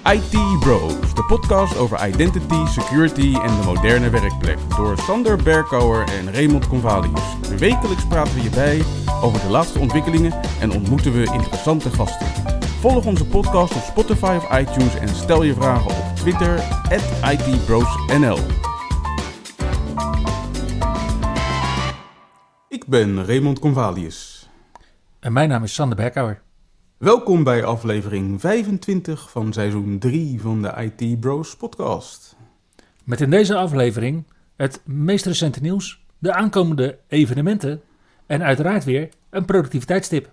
IT Bros, de podcast over identity, security en de moderne werkplek. Door Sander Berkouwer en Raymond Convalius. Wekelijks praten we je bij over de laatste ontwikkelingen en ontmoeten we interessante gasten. Volg onze podcast op Spotify of iTunes en stel je vragen op Twitter @ITBrosNL. Ik ben Raymond Convalius. En mijn naam is Sander Berkouwer. Welkom bij aflevering 25 van seizoen 3 van de IT Bros podcast. Met in deze aflevering het meest recente nieuws, de aankomende evenementen en uiteraard weer een productiviteitstip.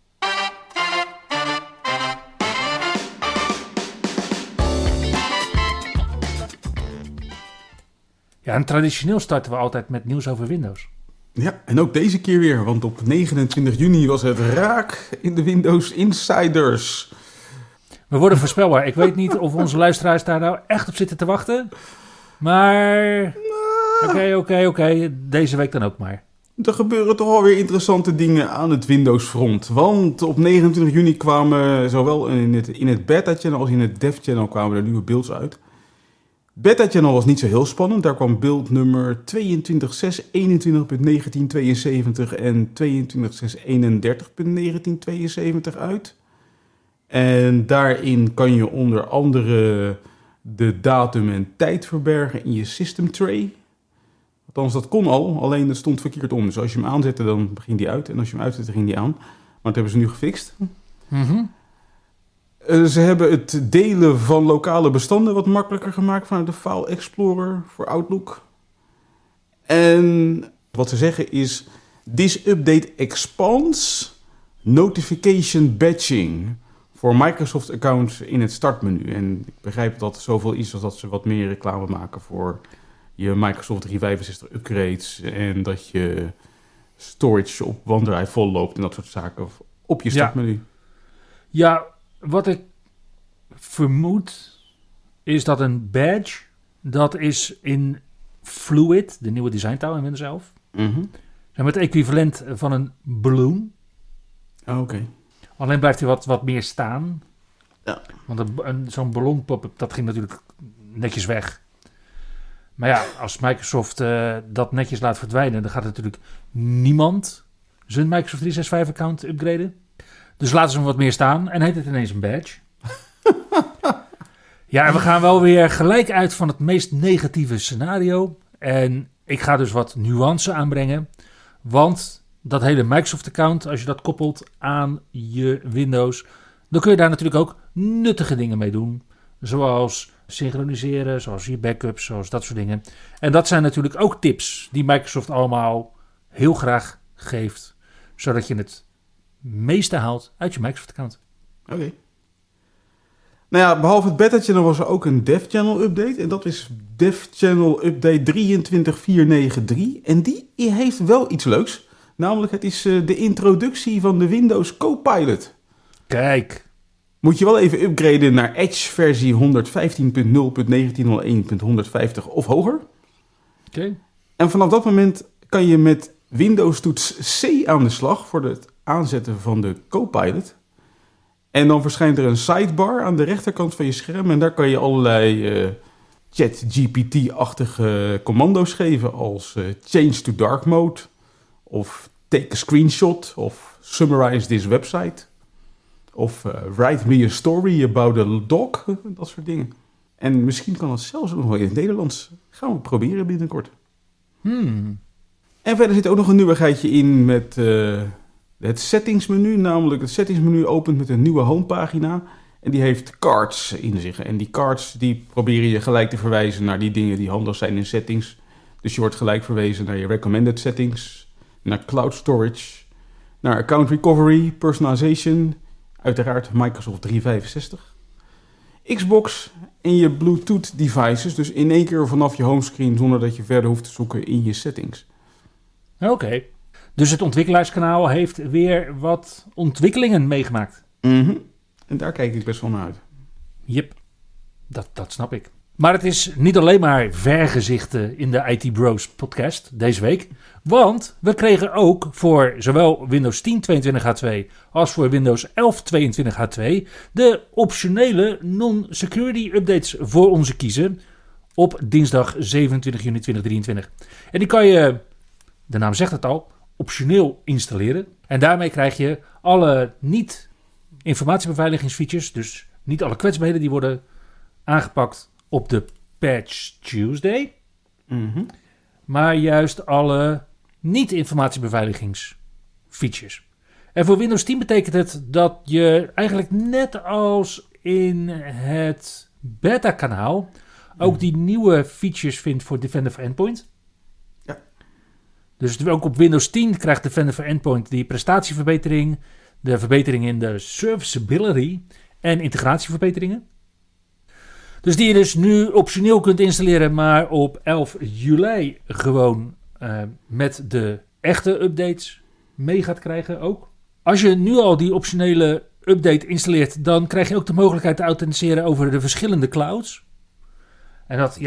Ja, en traditioneel starten we altijd met nieuws over Windows. Ja, en ook deze keer weer, want op 29 juni was het raak in de Windows Insiders. We worden voorspelbaar. Ik weet niet of onze luisteraars daar nou echt op zitten te wachten. Maar oké. Deze week dan ook maar. Er gebeuren toch alweer interessante dingen aan het Windows-front. Want op 29 juni kwamen zowel in het beta-channel als in het dev-channel kwamen er nieuwe builds uit. Beta-channel was niet zo heel spannend. Daar kwam build nummer 22.6.21.1972 en 22.6.31.1972 uit. En daarin kan je onder andere de datum en tijd verbergen in je system tray. Althans, dat kon al, alleen dat stond verkeerd om. Dus als je hem aanzette, dan ging die uit. En als je hem uitzette, ging die aan. Maar dat hebben ze nu gefixt. Ze hebben het delen van lokale bestanden wat makkelijker gemaakt vanuit de File Explorer voor Outlook. En wat ze zeggen is: this update expands notification batching voor Microsoft accounts in het startmenu. En ik begrijp dat het zoveel is als dat ze wat meer reclame maken voor je Microsoft 365 upgrades en dat je storage op OneDrive vol loopt en dat soort zaken op je startmenu. Ja, wat ik vermoed is dat een badge, dat is in Fluid, de nieuwe designtaal in Windows 11. Met het equivalent van een balloon. Oké. Alleen blijft hij wat meer staan. Ja. Want zo'n ballon pop-up, dat ging natuurlijk netjes weg. Maar ja, als Microsoft dat netjes laat verdwijnen, dan gaat natuurlijk niemand zijn Microsoft 365 account upgraden. Dus laten ze hem wat meer staan en heet het ineens een badge. Ja, en we gaan wel weer gelijk uit van het meest negatieve scenario. En ik ga dus wat nuance aanbrengen. Want dat hele Microsoft-account, als je dat koppelt aan je Windows, dan kun je daar natuurlijk ook nuttige dingen mee doen. Zoals synchroniseren, zoals je backups, zoals dat soort dingen. En dat zijn natuurlijk ook tips die Microsoft allemaal heel graag geeft, zodat je het meeste haalt uit je Microsoft-account. Oké. Nou ja, behalve het beta-channel was er ook een dev-channel update. En dat is dev-channel update 23493. En die heeft wel iets leuks. Namelijk, het is de introductie van de Windows Copilot. Kijk. Moet je wel even upgraden naar Edge versie 115.0.1901.150 of hoger. Oké. En vanaf dat moment kan je met Windows toets C aan de slag voor het aanzetten van de Copilot. En dan verschijnt er een sidebar aan de rechterkant van je scherm. En daar kan je allerlei ChatGPT-achtige commando's geven. Als change to dark mode. Of take a screenshot. Of summarize this website. Of write me a story about a dog. Dat soort dingen. En misschien kan dat zelfs nog wel in het Nederlands. Gaan we proberen binnenkort. En verder zit ook nog een nieuwigheidje in met het settingsmenu. Namelijk het settingsmenu opent met een nieuwe homepagina. En die heeft cards in zich. En die cards die proberen je gelijk te verwijzen naar die dingen die handig zijn in settings. Dus je wordt gelijk verwezen naar je recommended settings. Naar cloud storage. Naar account recovery, personalization. Uiteraard Microsoft 365. Xbox en je Bluetooth devices. Dus in één keer vanaf je homescreen zonder dat je verder hoeft te zoeken in je settings. Oké. Dus het ontwikkelaarskanaal heeft weer wat ontwikkelingen meegemaakt. En daar kijk ik best wel naar uit. Yep, dat snap ik. Maar het is niet alleen maar vergezichten in de IT Bros podcast deze week. Want we kregen ook voor zowel Windows 10 22H2 als voor Windows 11 22H2 de optionele non-security updates voor onze kiezen op dinsdag 27 juni 2023. En die kan je, de naam zegt het al, optioneel installeren. En daarmee krijg je alle niet-informatiebeveiligingsfeatures, dus niet alle kwetsbaarheden die worden aangepakt op de Patch Tuesday. Mhm. Maar juist alle niet-informatiebeveiligingsfeatures. En voor Windows 10 betekent het dat je eigenlijk net als in het beta-kanaal ook die nieuwe features vindt voor Defender for Endpoint. Ja. Dus ook op Windows 10 krijgt Defender for Endpoint die prestatieverbetering, de verbetering in de serviceability en integratieverbeteringen. Dus die je dus nu optioneel kunt installeren, maar op 11 juli gewoon met de echte updates mee gaat krijgen ook. Als je nu al die optionele update installeert, dan krijg je ook de mogelijkheid te authenticeren over de verschillende clouds. En dat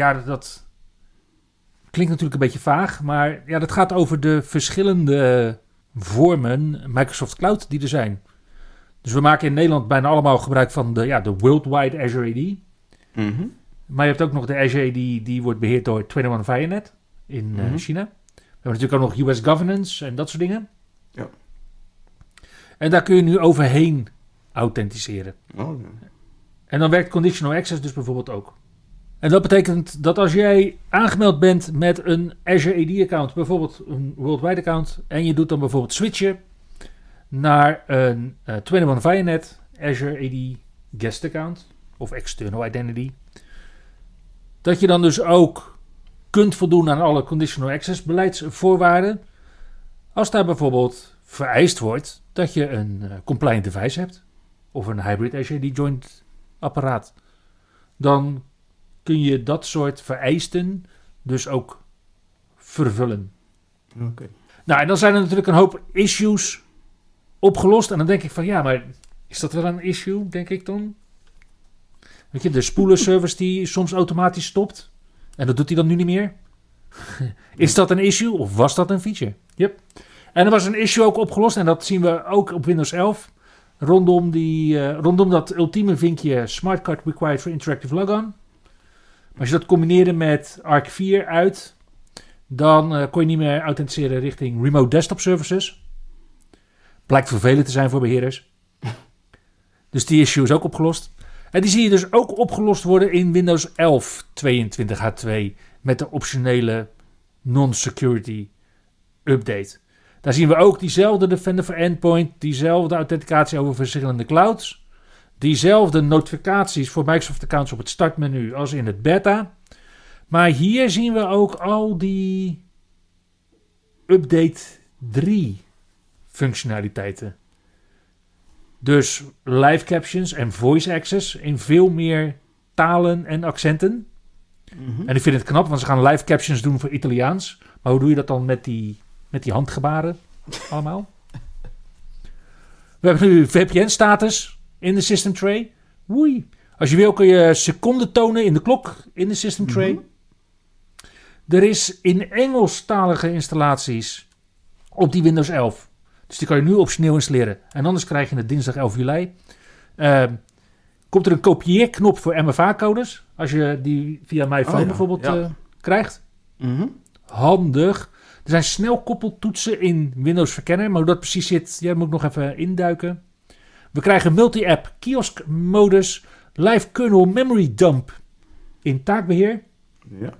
klinkt natuurlijk een beetje vaag, maar ja, dat gaat over de verschillende vormen Microsoft Cloud die er zijn. Dus we maken in Nederland bijna allemaal gebruik van de Worldwide Azure AD. Mhm. Maar je hebt ook nog de Azure AD die wordt beheerd door 21 Vianet in China. We hebben natuurlijk ook nog US Governance en dat soort dingen. Ja. En daar kun je nu overheen authenticeren. Oh, ja. En dan werkt Conditional Access dus bijvoorbeeld ook. En dat betekent dat als jij aangemeld bent met een Azure AD-account, bijvoorbeeld een Worldwide account, en je doet dan bijvoorbeeld switchen naar een 21 Vianet Azure AD guest account of external identity, dat je dan dus ook kunt voldoen aan alle Conditional Access beleidsvoorwaarden. Als daar bijvoorbeeld vereist wordt dat je een compliant device hebt of een hybrid Azure AD joint apparaat, dan kun je dat soort vereisten dus ook vervullen. Oké. Nou, en dan zijn er natuurlijk een hoop issues opgelost. En dan denk ik van, ja, maar is dat wel een issue, denk ik dan? Weet je, de spoelenservice die soms automatisch stopt. En dat doet hij dan nu niet meer. Is dat een issue of was dat een feature? Yep. En er was een issue ook opgelost. En dat zien we ook op Windows 11. Rondom dat ultieme vinkje Smart Card Required for Interactive Logon. Maar als je dat combineerde met Arc 4 uit, dan kon je niet meer authenticeren richting Remote Desktop Services. Blijkt vervelend te zijn voor beheerders. Dus die issue is ook opgelost. En die zie je dus ook opgelost worden in Windows 11 22H2 met de optionele non-security update. Daar zien we ook diezelfde Defender for Endpoint, diezelfde authenticatie over verschillende clouds, diezelfde notificaties voor Microsoft accounts op het startmenu als in het beta. Maar hier zien we ook al die update 3 functionaliteiten. Dus live captions en voice access in veel meer talen en accenten. Mhm. En ik vind het knap, want ze gaan live captions doen voor Italiaans. Maar hoe doe je dat dan met die handgebaren allemaal? We hebben nu VPN-status in de system tray. Oei. Als je wil kun je seconden tonen in de klok in de system tray. Mhm. Er is in Engelstalige installaties op die Windows 11. Dus die kan je nu optioneel installeren. En anders krijg je het dinsdag 11 juli. Komt er een kopieerknop voor MFA-codes. Als je die via MyPhone bijvoorbeeld krijgt. Mhm. Handig. Er zijn snelkoppeltoetsen in Windows Verkenner. Maar hoe dat precies zit, jij moet ik nog even induiken. We krijgen multi-app kiosk modus. Live kernel memory dump in taakbeheer. Ja.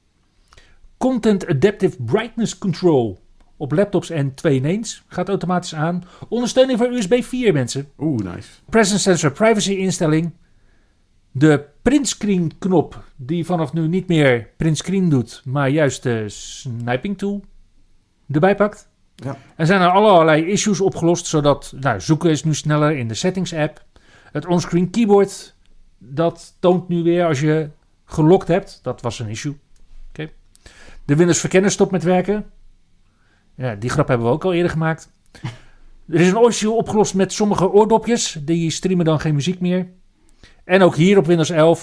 Content adaptive brightness control op laptops en 2-in-1's gaat automatisch aan. Ondersteuning voor USB 4 mensen. Oeh, nice. Presence sensor privacy instelling. De printscreen knop die vanaf nu niet meer printscreen doet, maar juist de sniping tool erbij pakt. Ja. Er zijn er allerlei issues opgelost, zodat zoeken is nu sneller in de settings app. Het onscreen keyboard, dat toont nu weer als je gelokt hebt. Dat was een issue. Okay. De Windows Verkenner stopt met werken. Ja, die grap hebben we ook al eerder gemaakt. Er is een issue opgelost met sommige oordopjes. Die streamen dan geen muziek meer. En ook hier op Windows 11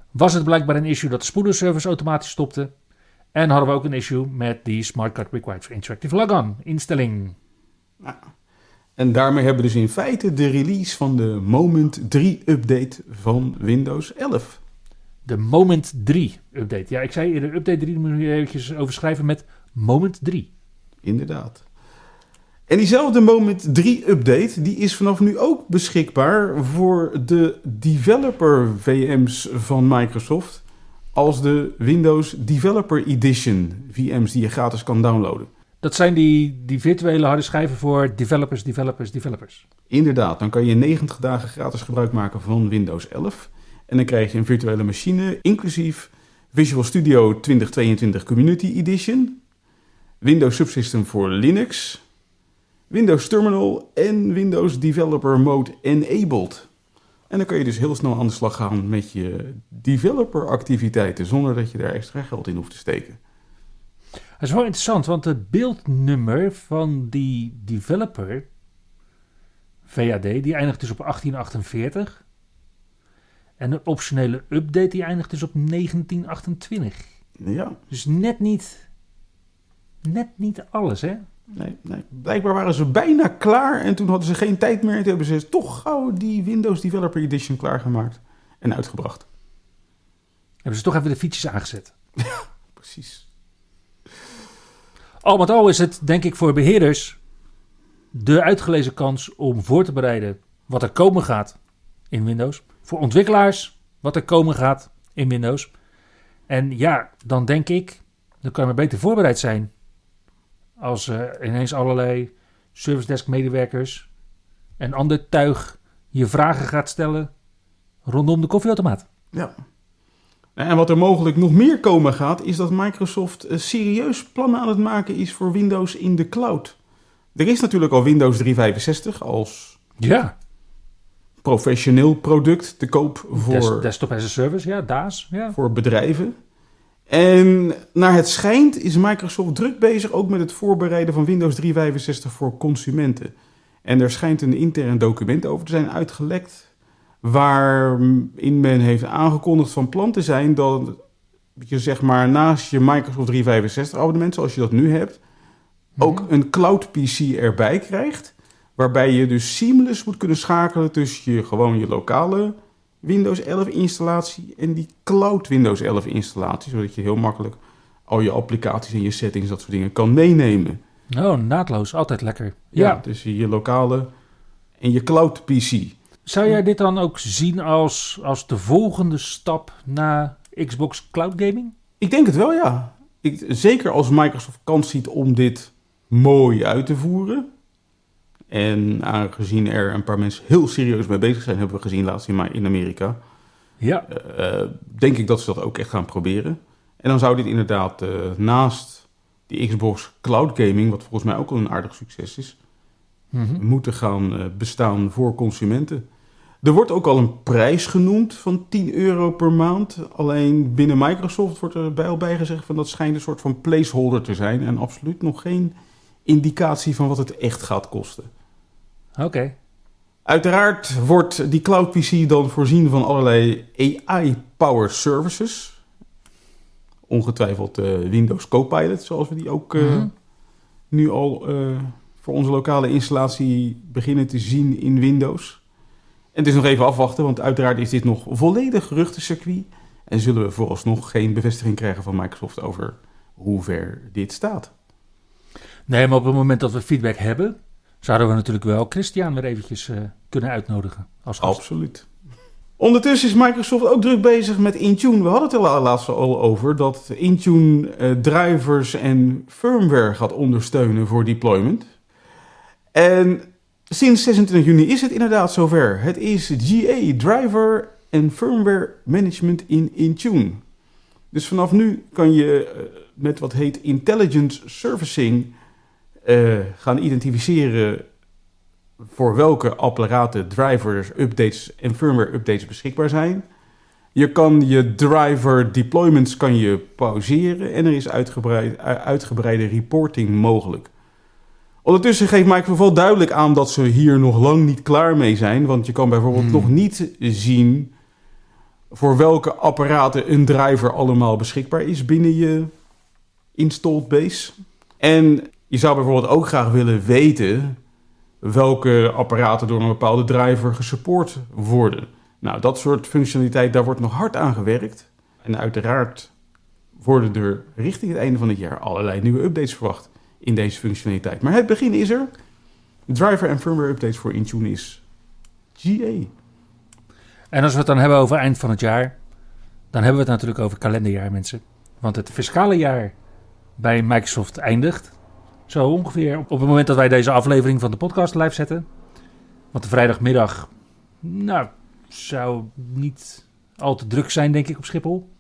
was het blijkbaar een issue dat de spoederservice automatisch stopte. En hadden we ook een issue met die Smart Card Required for Interactive Logon instelling. Ja. En daarmee hebben we dus in feite de release van de Moment 3 update van Windows 11. De Moment 3 update. Ja, ik zei eerder update 3, moet je eventjes overschrijven met Moment 3. Inderdaad. En diezelfde Moment 3 update, die is vanaf nu ook beschikbaar voor de developer VM's van Microsoft als de Windows Developer Edition VM's die je gratis kan downloaden. Dat zijn die virtuele harde schijven voor developers. Inderdaad, dan kan je 90 dagen gratis gebruik maken van Windows 11. En dan krijg je een virtuele machine, inclusief Visual Studio 2022 Community Edition, Windows Subsystem voor Linux, Windows Terminal en Windows Developer Mode Enabled. En dan kan je dus heel snel aan de slag gaan met je developer activiteiten zonder dat je daar extra geld in hoeft te steken. Dat is wel interessant, want het beeldnummer van die developer VAD, die eindigt dus op 1848. En de optionele update die eindigt dus op 1928. Ja. Dus net niet alles, hè? Nee. Blijkbaar waren ze bijna klaar en toen hadden ze geen tijd meer. En toen hebben ze toch gauw die Windows Developer Edition klaargemaakt en uitgebracht. Hebben ze toch even de fietsjes aangezet. Precies. Al met al is het, denk ik, voor beheerders de uitgelezen kans om voor te bereiden wat er komen gaat in Windows. Voor ontwikkelaars wat er komen gaat in Windows. En ja, dan denk ik, dan kan je maar beter voorbereid zijn als ineens allerlei service desk medewerkers en ander tuig je vragen gaat stellen rondom de koffieautomaat. Ja. En wat er mogelijk nog meer komen gaat, is dat Microsoft serieus plannen aan het maken is voor Windows in de cloud. Er is natuurlijk al Windows 365 als professioneel product te koop voor Desktop as a Service, ja, DAS. Ja. Voor bedrijven. En naar het schijnt is Microsoft druk bezig ook met het voorbereiden van Windows 365 voor consumenten. En er schijnt een intern document over te zijn uitgelekt waarin men heeft aangekondigd van plan te zijn dat je zeg maar naast je Microsoft 365 abonnement, zoals je dat nu hebt, ook een cloud PC erbij krijgt, waarbij je dus seamless moet kunnen schakelen tussen je lokale Windows 11 installatie en die cloud Windows 11 installatie, zodat je heel makkelijk al je applicaties en je settings, dat soort dingen kan meenemen. Oh, naadloos, altijd lekker. Ja, dus je lokale en je cloud PC. Zou jij dit dan ook zien als de volgende stap na Xbox Cloud Gaming? Ik denk het wel, ja. Zeker als Microsoft kans ziet om dit mooi uit te voeren. En aangezien er een paar mensen heel serieus mee bezig zijn, hebben we gezien laatst in Amerika. Ja. Denk ik dat ze dat ook echt gaan proberen. En dan zou dit inderdaad naast die Xbox Cloud Gaming, wat volgens mij ook al een aardig succes is, moeten gaan bestaan voor consumenten. Er wordt ook al een prijs genoemd van €10 per maand. Alleen binnen Microsoft wordt er bij gezegd van dat schijnt een soort van placeholder te zijn en absoluut nog geen indicatie van wat het echt gaat kosten. Oké. Uiteraard wordt die Cloud PC dan voorzien van allerlei AI-powered services. Ongetwijfeld Windows Copilot, zoals we die ook nu al voor onze lokale installatie beginnen te zien in Windows. En het is nog even afwachten, want uiteraard is dit nog volledig geruchtencircuit. En zullen we vooralsnog geen bevestiging krijgen van Microsoft over hoe ver dit staat. Nee, maar op het moment dat we feedback hebben, zouden we natuurlijk wel Christian weer eventjes kunnen uitnodigen als gast. Absoluut. Ondertussen is Microsoft ook druk bezig met Intune. We hadden het er laatst al over dat Intune drivers en firmware gaat ondersteunen voor deployment. En sinds 26 juni is het inderdaad zover. Het is GA, driver en firmware management in Intune. Dus vanaf nu kan je met wat heet intelligent servicing gaan identificeren voor welke apparaten drivers, updates en firmware updates beschikbaar zijn. Je kan je driver deployments pauzeren en er is uitgebreide reporting mogelijk. Ondertussen geeft Microsoft wel duidelijk aan dat ze hier nog lang niet klaar mee zijn, want je kan bijvoorbeeld nog niet zien voor welke apparaten een driver allemaal beschikbaar is binnen je installed base. En je zou bijvoorbeeld ook graag willen weten welke apparaten door een bepaalde driver gesupport worden. Nou, dat soort functionaliteit, daar wordt nog hard aan gewerkt. En uiteraard worden er richting het einde van het jaar allerlei nieuwe updates verwacht in deze functionaliteit. Maar het begin is er. Driver en firmware updates voor Intune is GA. En als we het dan hebben over eind van het jaar, dan hebben we het natuurlijk over kalenderjaar, mensen. Want het fiscale jaar bij Microsoft eindigt zo ongeveer op het moment dat wij deze aflevering van de podcast live zetten. Want de vrijdagmiddag, zou niet al te druk zijn, denk ik, op Schiphol.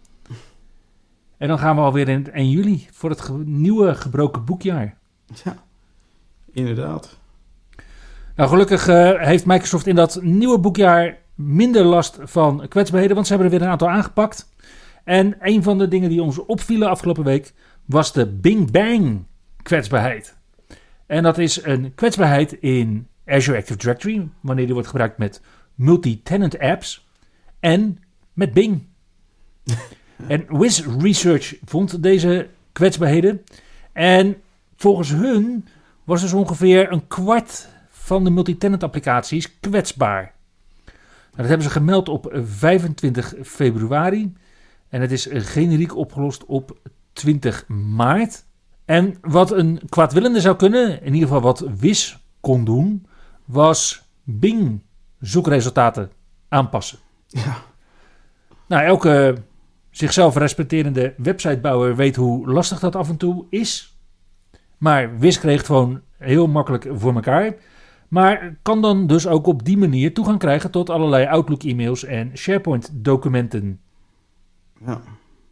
En dan gaan we alweer in 1 juli voor het nieuwe gebroken boekjaar. Ja, inderdaad. Nou, gelukkig heeft Microsoft in dat nieuwe boekjaar minder last van kwetsbaarheden, want ze hebben er weer een aantal aangepakt. En een van de dingen die ons opvielen afgelopen week was de Bing Bang kwetsbaarheid. En dat is een kwetsbaarheid in Azure Active Directory, wanneer die wordt gebruikt met multi-tenant apps en met Bing. En Wiz Research vond deze kwetsbaarheden. En volgens hun was dus ongeveer een kwart van de multi-tenant applicaties kwetsbaar. Nou, dat hebben ze gemeld op 25 februari. En het is generiek opgelost op 20 maart. En wat een kwaadwillende zou kunnen, in ieder geval wat Wiz kon doen, was Bing zoekresultaten aanpassen. Ja. Nou, elke zichzelf respecterende websitebouwer weet hoe lastig dat af en toe is. Maar Wiz kreeg het gewoon heel makkelijk voor elkaar. Maar kan dan dus ook op die manier toegang krijgen tot allerlei Outlook-e-mails en SharePoint-documenten. Ja.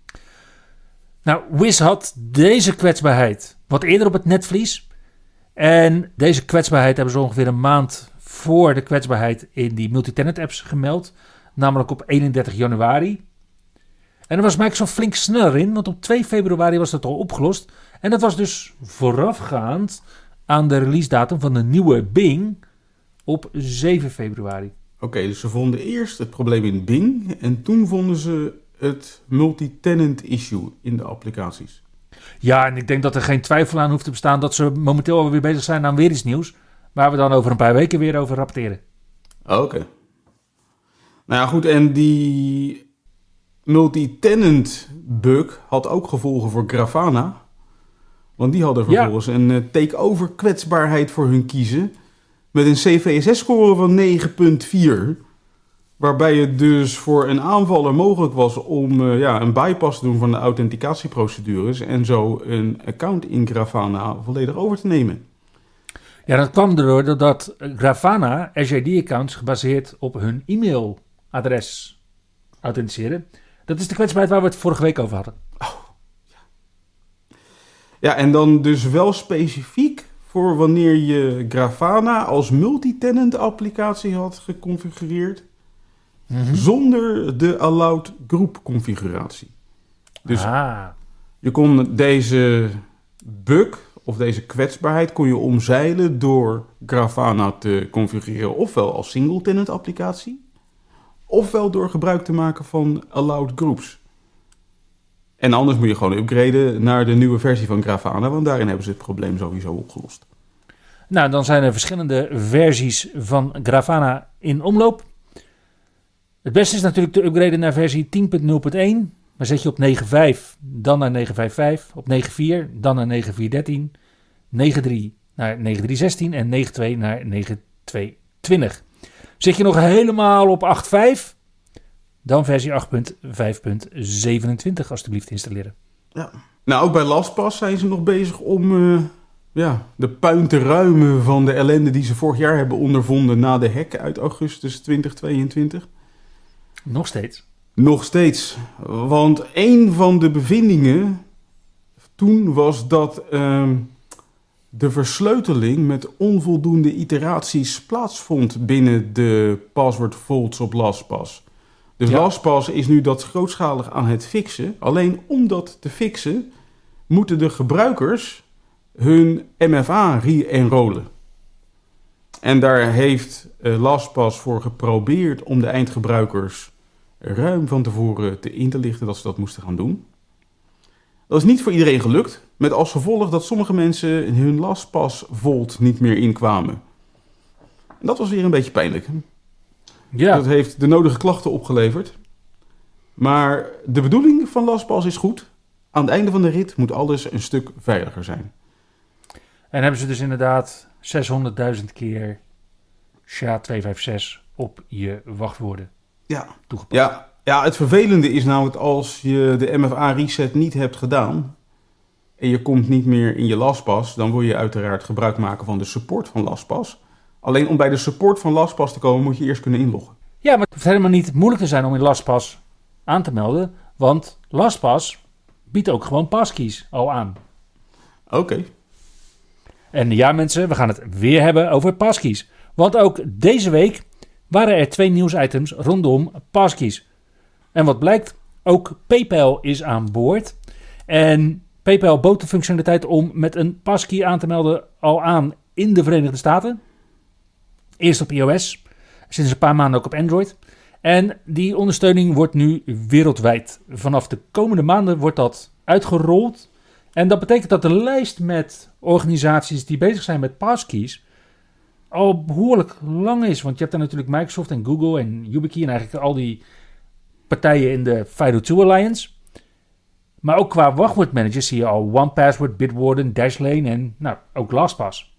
Nou, Wiz had deze kwetsbaarheid wat eerder op het netvlies. En deze kwetsbaarheid hebben ze ongeveer een maand voor de kwetsbaarheid in die multi-tenant apps gemeld. Namelijk op 31 januari. En daar was Microsoft flink sneller in, want op 2 februari was dat al opgelost. En dat was dus voorafgaand aan de release datum van de nieuwe Bing op 7 februari. Oké, dus ze vonden eerst het probleem in Bing en toen vonden ze het multi-tenant issue in de applicaties. Ja, en ik denk dat er geen twijfel aan hoeft te bestaan dat ze momenteel alweer bezig zijn aan weer iets nieuws, waar we dan over een paar weken weer over rapporteren. Oké. Nou ja, goed, en die multi-tenant bug had ook gevolgen voor Grafana. Want die hadden vervolgens een take-over kwetsbaarheid voor hun kiezen. Met een CVSS-score van 9.4. Waarbij het dus voor een aanvaller mogelijk was om een bypass te doen van de authenticatieprocedures. En zo een account in Grafana volledig over te nemen. Ja, dat kwam erdoor doordat Grafana Azure AD-accounts gebaseerd op hun e-mailadres authenticeren. Dat is de kwetsbaarheid waar we het vorige week over hadden. Ja, en dan dus wel specifiek voor wanneer je Grafana als multi-tenant applicatie had geconfigureerd. Zonder de allowed group configuratie. Dus je kon deze bug of deze kwetsbaarheid kon je omzeilen door Grafana te configureren ofwel als single tenant applicatie, ofwel door gebruik te maken van allowed groups. En anders moet je gewoon upgraden naar de nieuwe versie van Grafana, want daarin hebben ze het probleem sowieso opgelost. Nou, dan zijn er verschillende versies van Grafana in omloop. Het beste is natuurlijk te upgraden naar versie 10.0.1. Dan zet je op 9.5, dan naar 9.5.5, op 9.4, dan naar 9.4.13, 9.3 naar 9.3.16 en 9.2 naar 9.2.20. Zit je nog helemaal op 8.5, dan versie 8.5.27 alsjeblieft installeren. Ja. Nou, ook bij LastPass zijn ze nog bezig om de puin te ruimen van de ellende die ze vorig jaar hebben ondervonden na de hack uit augustus 2022. Nog steeds. Nog steeds. Want een van de bevindingen toen was dat de versleuteling met onvoldoende iteraties plaatsvond binnen de password vaults op LastPass. Dus LastPass is nu dat grootschalig aan het fixen. Alleen om dat te fixen moeten de gebruikers hun MFA re-enrollen. En daar heeft LastPass voor geprobeerd om de eindgebruikers ruim van tevoren in te lichten dat ze dat moesten gaan doen. Dat is niet voor iedereen gelukt, met als gevolg dat sommige mensen hun LastPass Vault niet meer inkwamen. En dat was weer een beetje pijnlijk. Ja. Dat heeft de nodige klachten opgeleverd. Maar de bedoeling van LastPass is goed. Aan het einde van de rit moet alles een stuk veiliger zijn. En hebben ze dus inderdaad 600.000 keer SHA-256 op je wachtwoorden toegepast. Ja, het vervelende is namelijk als je de MFA-reset niet hebt gedaan en je komt niet meer in je LastPass, dan wil je uiteraard gebruik maken van de support van LastPass. Alleen om bij de support van LastPass te komen moet je eerst kunnen inloggen. Ja, maar het hoeft helemaal niet moeilijk te zijn om in LastPass aan te melden, want LastPass biedt ook gewoon passkeys al aan. Oké. En ja mensen, we gaan het weer hebben over passkeys. Want ook deze week waren er 2 nieuwsitems rondom passkeys. En wat blijkt, ook PayPal is aan boord. En PayPal bood de functionaliteit om met een passkey aan te melden al aan in de Verenigde Staten. Eerst op iOS, sinds een paar maanden ook op Android. En die ondersteuning wordt nu wereldwijd. Vanaf de komende maanden wordt dat uitgerold. En dat betekent dat de lijst met organisaties die bezig zijn met passkeys al behoorlijk lang is. Want je hebt daar natuurlijk Microsoft en Google en YubiKey en eigenlijk al die partijen in de FIDO2 Alliance. Maar ook qua wachtwoordmanagers zie je al OnePassword, Bitwarden, Dashlane en ook LastPass.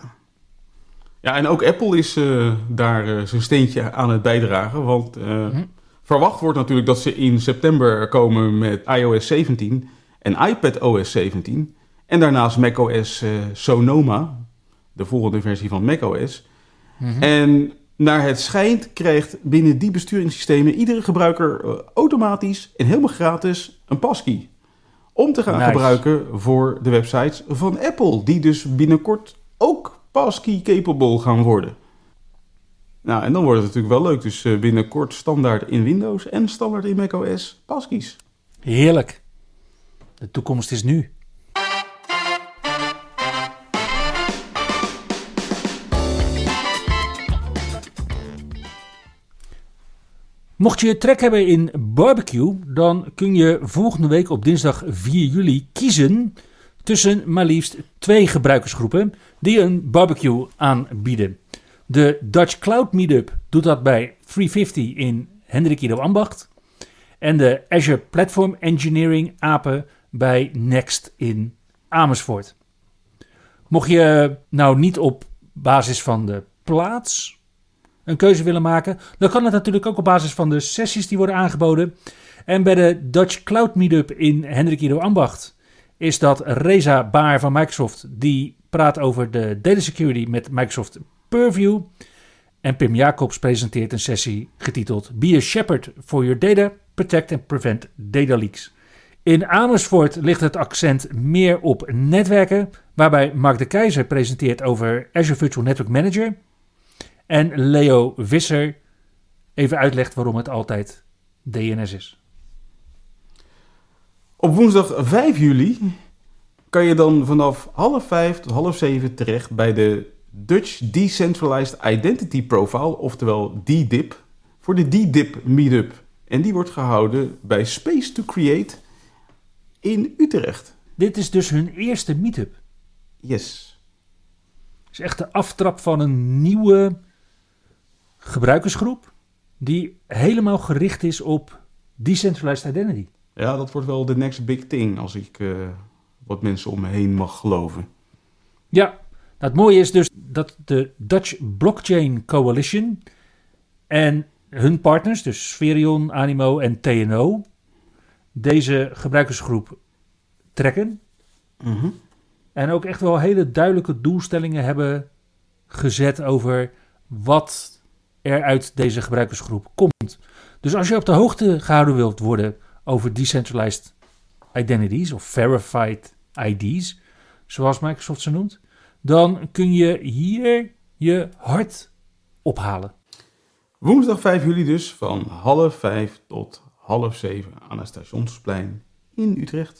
Ja, en ook Apple is daar zijn steentje aan het bijdragen. Want verwacht wordt natuurlijk dat ze in september komen met iOS 17 en iPadOS 17. En daarnaast macOS Sonoma, de volgende versie van macOS. En naar het schijnt krijgt binnen die besturingssystemen iedere gebruiker automatisch en helemaal gratis een passkey. Om te gaan gebruiken voor de websites van Apple, die dus binnenkort ook passkey capable gaan worden. Nou, en dan wordt het natuurlijk wel leuk. Dus binnenkort standaard in Windows en standaard in macOS passkeys. Heerlijk. De toekomst is nu. Mocht je trek hebben in barbecue, dan kun je volgende week op dinsdag 4 juli kiezen tussen maar liefst 2 gebruikersgroepen die een barbecue aanbieden. De Dutch Cloud Meetup doet dat bij 350 in Hendrik Ido Ambacht en de Azure Platform Engineering Apen bij Next in Amersfoort. Mocht je nou niet op basis van de plaats een keuze willen maken, dan kan het natuurlijk ook op basis van de sessies die worden aangeboden. En bij de Dutch Cloud Meetup in Hendrik Ido Ambacht is dat Reza Baar van Microsoft, die praat over de data security met Microsoft Purview. En Pim Jacobs presenteert een sessie getiteld Be a Shepherd for your data, protect and prevent data leaks. In Amersfoort ligt het accent meer op netwerken, waarbij Mark de Keizer presenteert over Azure Virtual Network Manager. En Leo Visser even uitlegt waarom het altijd DNS is. Op woensdag 5 juli kan je dan vanaf 6:30 tot 6:30 terecht bij de Dutch Decentralized Identity Profile, oftewel DDIP, voor de DDIP Meetup. En die wordt gehouden bij Space to Create in Utrecht. Dit is dus hun eerste meetup. Yes. Het is echt de aftrap van een nieuwe gebruikersgroep die helemaal gericht is op Decentralized Identity. Ja, dat wordt wel de next big thing als ik wat mensen om me heen mag geloven. Ja, nou, het mooie is dus dat de Dutch Blockchain Coalition en hun partners, dus Spherion, Animo en TNO, deze gebruikersgroep trekken. En ook echt wel hele duidelijke doelstellingen hebben gezet over wat er uit deze gebruikersgroep komt. Dus als je op de hoogte gehouden wilt worden over decentralized identities of verified IDs, zoals Microsoft ze noemt, dan kun je hier je hart ophalen. Woensdag 5 juli dus van 6:30 tot 6:30 aan het Stationsplein in Utrecht.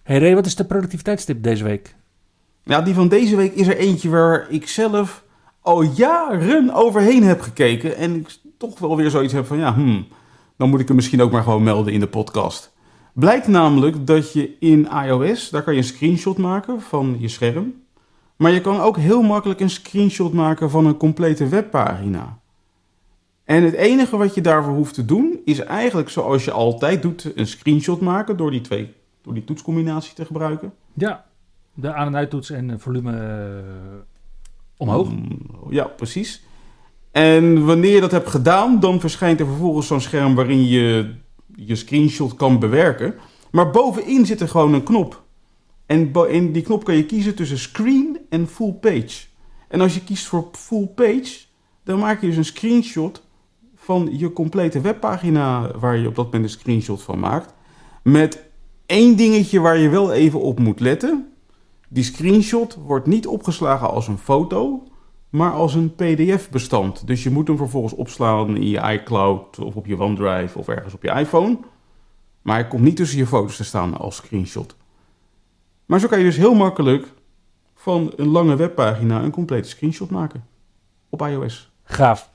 Hey Ray, wat is de productiviteitstip deze week? Ja, die van deze week is er eentje waar ik zelf al jaren overheen heb gekeken. En ik toch wel weer zoiets heb van, dan moet ik hem misschien ook maar gewoon melden in de podcast. Blijkt namelijk dat je in iOS, daar kan je een screenshot maken van je scherm. Maar je kan ook heel makkelijk een screenshot maken van een complete webpagina. En het enige wat je daarvoor hoeft te doen, is eigenlijk zoals je altijd doet, een screenshot maken door die toetscombinatie te gebruiken. Ja, de aan- en uittoets en volume omhoog. Ja, precies. En wanneer je dat hebt gedaan, dan verschijnt er vervolgens zo'n scherm waarin je je screenshot kan bewerken. Maar bovenin zit er gewoon een knop. En in die knop kan je kiezen tussen screen en full page. En als je kiest voor full page, dan maak je dus een screenshot van je complete webpagina waar je op dat moment een screenshot van maakt. Met één dingetje waar je wel even op moet letten. Die screenshot wordt niet opgeslagen als een foto, maar als een PDF-bestand. Dus je moet hem vervolgens opslaan in je iCloud of op je OneDrive of ergens op je iPhone. Maar hij komt niet tussen je foto's te staan als screenshot. Maar zo kan je dus heel makkelijk van een lange webpagina een complete screenshot maken op iOS. Gaaf.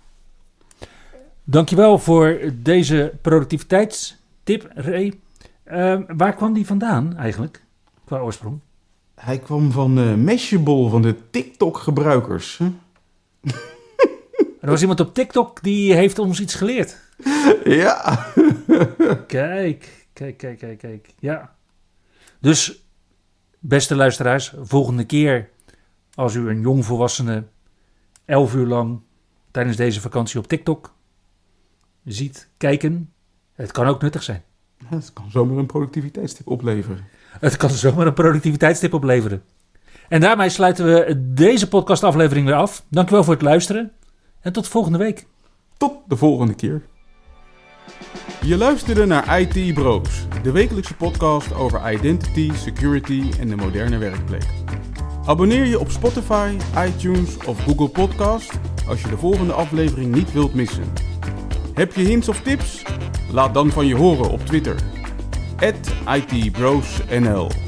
Dankjewel voor deze productiviteitstip, Ray. Waar kwam die vandaan eigenlijk, qua oorsprong? Hij kwam van Mashable, van de TikTok-gebruikers. Er was iemand op TikTok die heeft ons iets geleerd. Ja. Kijk. Ja. Dus, beste luisteraars, volgende keer als u een jongvolwassene 11 uur lang tijdens deze vakantie op TikTok ziet kijken, het kan ook nuttig zijn. Het kan zomaar een productiviteitstip opleveren. Het kan zomaar een productiviteitstip opleveren. En daarmee sluiten we deze podcastaflevering weer af. Dankjewel voor het luisteren en tot volgende week. Tot de volgende keer. Je luisterde naar IT Bros, de wekelijkse podcast over identity, security en de moderne werkplek. Abonneer je op Spotify, iTunes of Google Podcast als je de volgende aflevering niet wilt missen. Heb je hints of tips? Laat dan van je horen op Twitter. @ITBrosNL